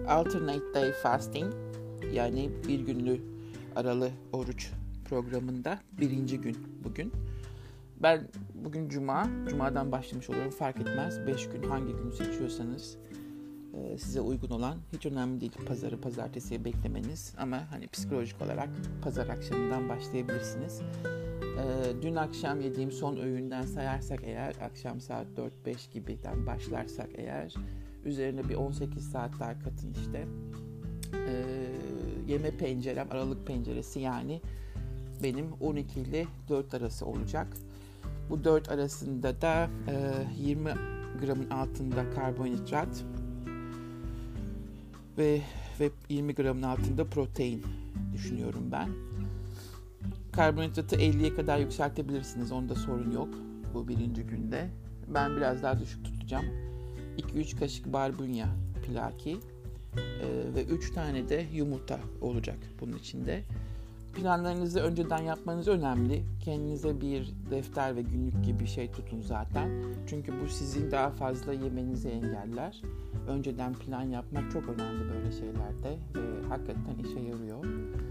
Alternate Day Fasting, yani bir günlü aralı oruç programında 1. gün bugün. Ben bugün Cuma'dan başlamış oluyorum, fark etmez. 5 gün, hangi gün seçiyorsanız size uygun olan, hiç önemli değil pazarı pazartesiye beklemeniz, ama hani psikolojik olarak pazar akşamından başlayabilirsiniz. Dün akşam yediğim son öğünden sayarsak eğer, akşam saat 4-5 gibiden başlarsak eğer, üzerine bir 18 saat daha katın işte. Yeme pencerem, aralık penceresi, yani benim 12 ile 4 arası olacak. Bu 4 arasında da 20 gramın altında karbonhidrat ve 20 gramın altında protein düşünüyorum ben. Karbonhidratı 50'ye kadar yükseltebilirsiniz. Onda sorun yok bu 1. günde. Ben biraz daha düşük tutacağım. 2-3 kaşık barbunya pilaki ve 3 tane de yumurta olacak bunun içinde. Planlarınızı önceden yapmanız önemli. Kendinize bir defter ve günlük gibi bir şey tutun zaten. Çünkü bu sizin daha fazla yemenizi engeller. Önceden plan yapmak çok önemli böyle şeylerde ve hakikaten işe yarıyor.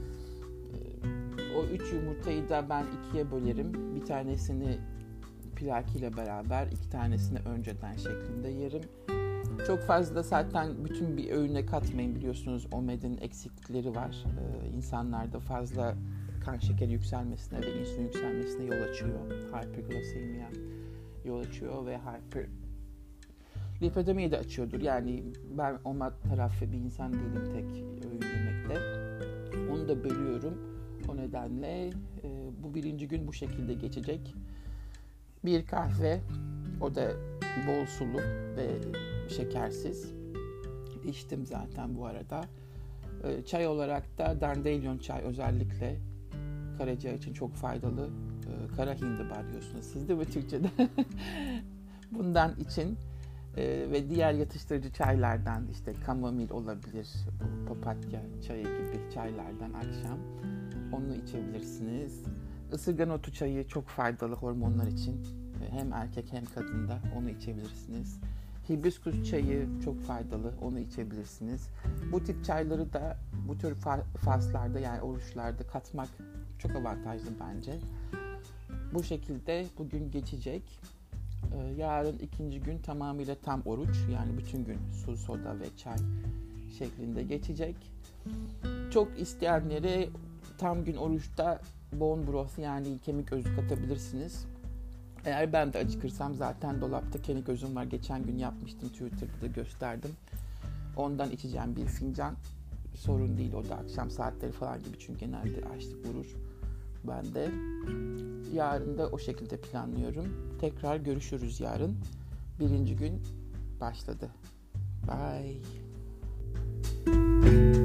O 3 yumurtayı da ben 2'ye bölerim. Bir tanesini pilakiyle beraber, 2 tanesini önceden şeklinde yerim. Çok fazla zaten bütün bir öğüne katmayın, biliyorsunuz OMAD'in eksiklikleri var. İnsanlarda fazla kan şekeri yükselmesine ve insülin yükselmesine yol açıyor. Hiperglisemiye yol açıyor ve hiperlipidemiye de açıyordur. Yani ben OMAD tarafı bir insan değilim tek öğün yemekte. Onu da bölüyorum. O nedenle bu 1. gün bu şekilde geçecek. Bir kahve, o da bol sulu ve şekersiz. İçtim zaten bu arada. Çay olarak da dandelion çay, özellikle karaciğer için çok faydalı. Kara hindiba diyorsunuz siz de mi Türkçe'de? Bundan için ve diğer yatıştırıcı çaylardan, işte kamomil olabilir, papatya çayı gibi çaylardan akşam onu içebilirsiniz. Isırgan otu çayı çok faydalı hormonlar için. Hem erkek hem kadında onu içebilirsiniz. Hibiskus çayı çok faydalı, onu içebilirsiniz. Bu tip çayları da bu tür faslarda, yani oruçlarda katmak çok avantajlı bence. Bu şekilde bugün geçecek. Yarın 2. gün tamamıyla tam oruç, yani bütün gün su, soda ve çay şeklinde geçecek. Çok isteyenlere tam gün oruçta bone broth, yani kemik özü katabilirsiniz. Eğer ben de acıkırsam, zaten dolapta kemik özüm var. Geçen gün yapmıştım, Twitter'da gösterdim. Ondan içeceğim bir fincan. Sorun değil, o da akşam saatleri falan gibi, çünkü genelde açlık vurur. Ben de yarın da o şekilde planlıyorum. Tekrar görüşürüz yarın. 1. gün başladı. Bye.